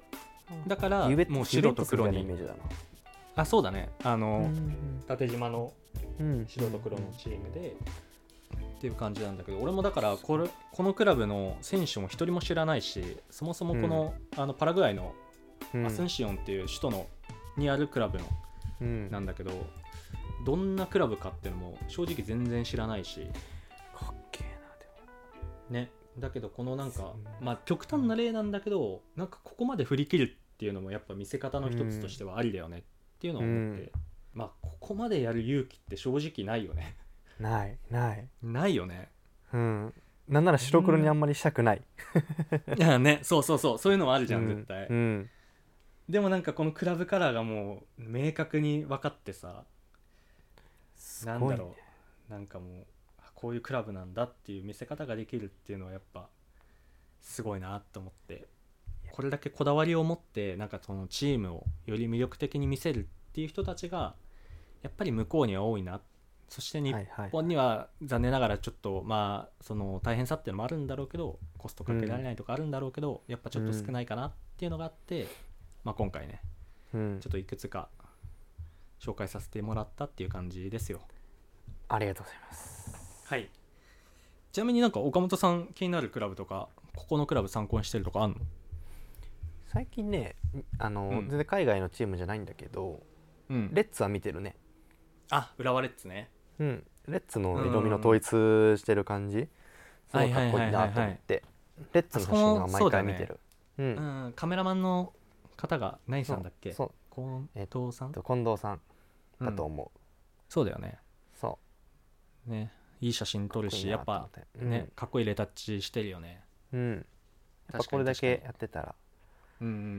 だからもう白と黒に、あそうだね、あの縦縞の白と黒のチームでっていう感じなんだけど、俺もだからこれこのクラブの選手も一人も知らないし、そもそもこの、うん、あのパラグアイのアスンシオンっていう首都のにあるクラブの、うん、なんだけど、どんなクラブかっていうのも正直全然知らないし、 かっけえなでもね。だけどこのなんか、まあ極端な例なんだけど、なんかここまで振り切るっていうのもやっぱ見せ方の一つとしてはありだよねっていうのを思って、うん、まあここまでやる勇気って正直ないよね。 ないないないよね。 うん。なんなら白黒にあんまりしたくない。 うん、いやね、そうそうそう、そういうのはあるじゃん、うん、絶対、 うん。 でもなんかこのクラブカラーがもう明確に分かってさ、なんだろう、なんかもうこういうクラブなんだっていう見せ方ができるっていうのはやっぱすごいなと思って、これだけこだわりを持ってなんかそのチームをより魅力的に見せるっていう人たちがやっぱり向こうには多いな。そして日本には残念ながらちょっとまあその大変さっていうのもあるんだろうけど、コストかけられないとかあるんだろうけど、やっぱちょっと少ないかなっていうのがあって、まあ今回ねちょっといくつか紹介させてもらったっていう感じですよ。 ありがとうございます。 はい。ちなみになんか岡本さん気になるクラブとか、ここのクラブ参考にしてるとかあんの？ 最近ね、あの、うん、全然海外のチームじゃないんだけど、うん、レッツは見てるね。 あ、浦和レッズね。 うん、レッツの色味の統一してる感じ、すごいかっこいいなと思って、レッツの写真は毎回見てる。 う、ね、うん、うん、カメラマンの方が何さんだっけ？ そう、 近藤さん、 えっと、近藤さんだと思う、うん、 そうだよね。 そうね、いい写真撮るし、やっぱね、うん、かっこいいレタッチしてるよね。 うん、やっぱこれだけやってたら、 うんうんうんうん、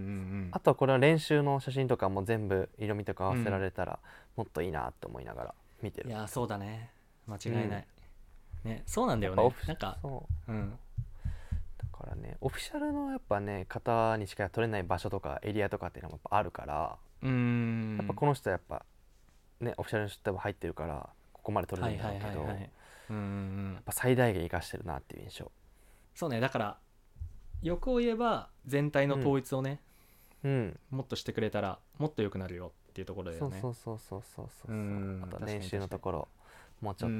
あとはこれは練習の写真とかも全部色味とか合わせられたらもっといいなって思いながら見てる。 いやそうだね、間違いない、うん、ね、そうなんだよね。なんかそう、うん、 だからね、オフィシャルのやっぱね方にしか撮れない場所とかエリアとかっていうのもやっぱあるから、 うーん、 やっぱこの人はやっぱねオフィシャルの人も入ってるからここまで撮れるんだろうけど、やっぱ最大限生かしてるなっていう印象。 そうね、だから欲を言えば全体の統一をね、うん、もっとしてくれたらもっと良くなるよっていうところだよね。 そうそうそうそうそうそう、うん、あと練習のところもうちょっと、うん、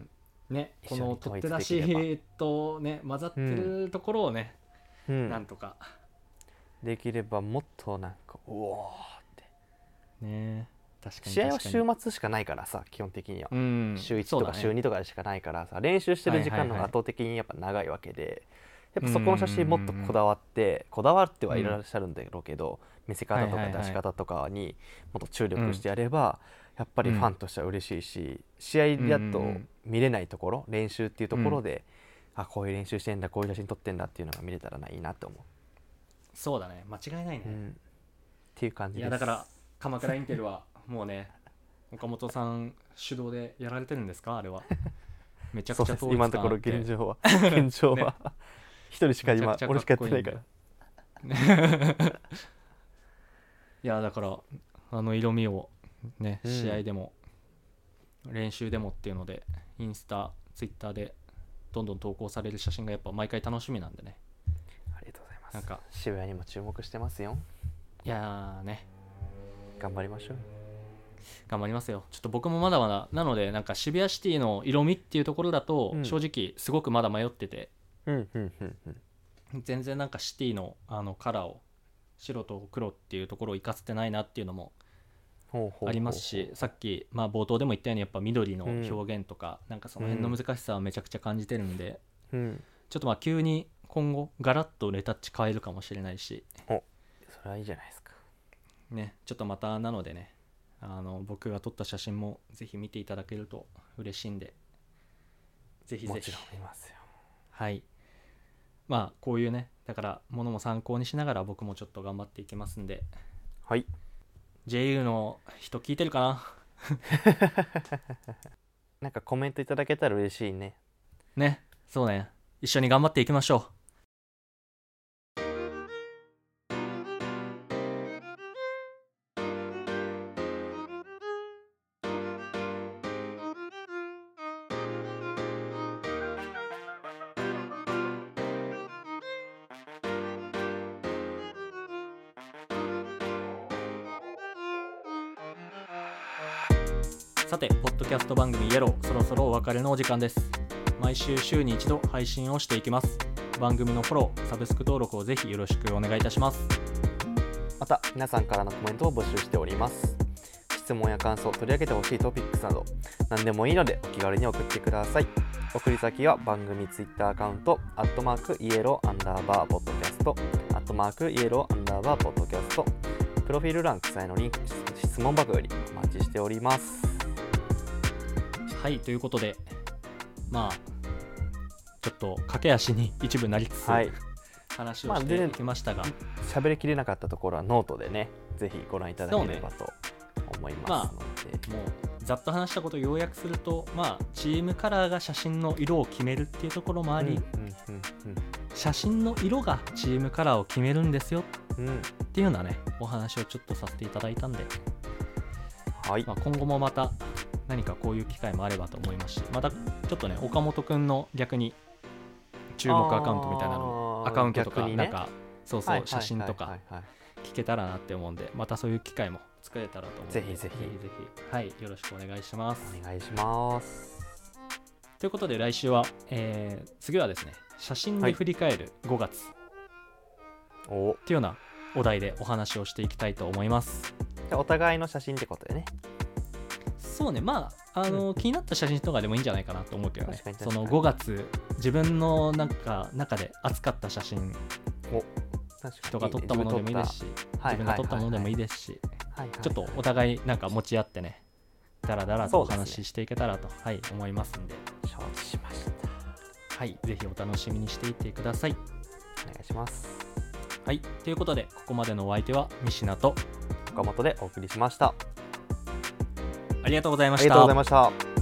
ね、この取って出しとね混ざってるところをね、うん、なんとかできればもっとなんかうおーってね。確かに試合は週末しかないからさ、基本的には、うん、週いちとか週にとかでしかないからさ、ね、練習してる時間の方が圧倒的にやっぱ長いわけで、やっぱそこの写真もっとこだわってこだわってはいらっしゃるんだろうけど、見せ方とか出し方とかにもっと注力してやればやっぱりファンとしては嬉しいし、試合だと見れないところ、練習っていうところで、あ、こういう練習してんだ、こういう写真撮ってんだっていうのが見れたらいいなと思う。 そうだね、間違いないね、うん、 っていう感じです。 いやだから鎌倉インテルはもうね岡本さん主導でやられてるんですか、あれは。めちゃくちゃ統一感あって、今のところ現状は現状は一人しか今俺しかやってないからいやだからあの色味をね、うん、試合でも練習でもっていうのでインスタツイッターでどんどん投稿される写真がやっぱ毎回楽しみなんでね。 ありがとうございます。 なんか渋谷にも注目してますよ。 いやーね、 頑張りましょう。 頑張りますよ。ちょっと僕もまだまだなので、なんか渋谷シティの色味っていうところだと正直すごくまだ迷ってて、 うんうんうんうん、全然なんかシティのあのカラーを白と黒っていうところを生かせてないなっていうのもありますし、さっきまあ冒頭でも言ったようにやっぱ緑の表現とか、うん、なんかその辺の難しさはめちゃくちゃ感じてるんで、うん、ちょっとまあ急に今後ガラッとレタッチ変えるかもしれないし、 お、それはいいじゃないですかね。ちょっとまたなのでね、あの僕が撮った写真もぜひ見ていただけると嬉しいんで、ぜひぜひ。 もちろん見ますよ。 はい。まあこういうね、だからものも参考にしながら僕もちょっと頑張っていきますんで。 はい。 ジェイユー の人聞いてるかななんかコメントいただけたら嬉しいね。 ね、そうね。一緒に頑張っていきましょう。 さてポッドキャスト番組イエロー、そろそろお別れのお時間です。毎週週に一度配信をしていきます。番組のフォロー、サブスク登録をぜひよろしくお願いいたします。 また皆さんからのコメントを募集しております。質問や感想、取り上げてほしいトピックスなど何でもいいのでお気軽に送ってください。送り先は番組ツイッターアカウントアットマークイエローアンダーバーポッドキャストアットマークイエローアンダーバーポッドキャスト、プロフィール欄記載のリンク、質問箱よりお待ちしております。 はい、ということでまあちょっと駆け足に一部なりつつ、はい、話をしていきましたが、 喋、まあ、りきれなかったところはノートでね、ぜひご覧いただければと思いますので、 まあ、もうざっと話したことを要約すると、まあ、チームカラーが写真の色を決めるっていうところもあり、うんうんうんうん、写真の色がチームカラーを決めるんですよっていうようなね、お話をちょっとさせていただいたんで、 はいまあ、今後もまた何かこういう機会もあればと思いますし、またちょっとね岡本くんの逆に注目アカウントみたいなのアカウントとか、ね、なんかそうそう、はいはい、写真とか聞けたらなって思うんで、またそういう機会も作れたらと思うので、 ぜひぜひぜひぜひ、はい、よろしくお願いします。 お願いします。 ということで来週は、えー、次はですね、写真で振り返るごがつ、はい、っていうようなお題でお話をしていきたいと思います。 じゃあお互いの写真ってことでね。 そうね、まあ、あの、うん、気になった写真とかでもいいんじゃないかなと思うけどね。 確かに確かに。 そのごがつ自分のなんか中で熱かった写真、 お人が撮ったものでもいいですし、自分が撮ったものでもいいですし、ちょっとお互いなんか持ち合ってね、だらだらとお話ししていけたらと、ね、はい、思いますんで、 承知しました。 はい、ぜひお楽しみにしていってください。 お願いします。 はい、ということでここまでのお相手は三品と岡本でお送りしました。 ありがとうございました。 ありがとうございました。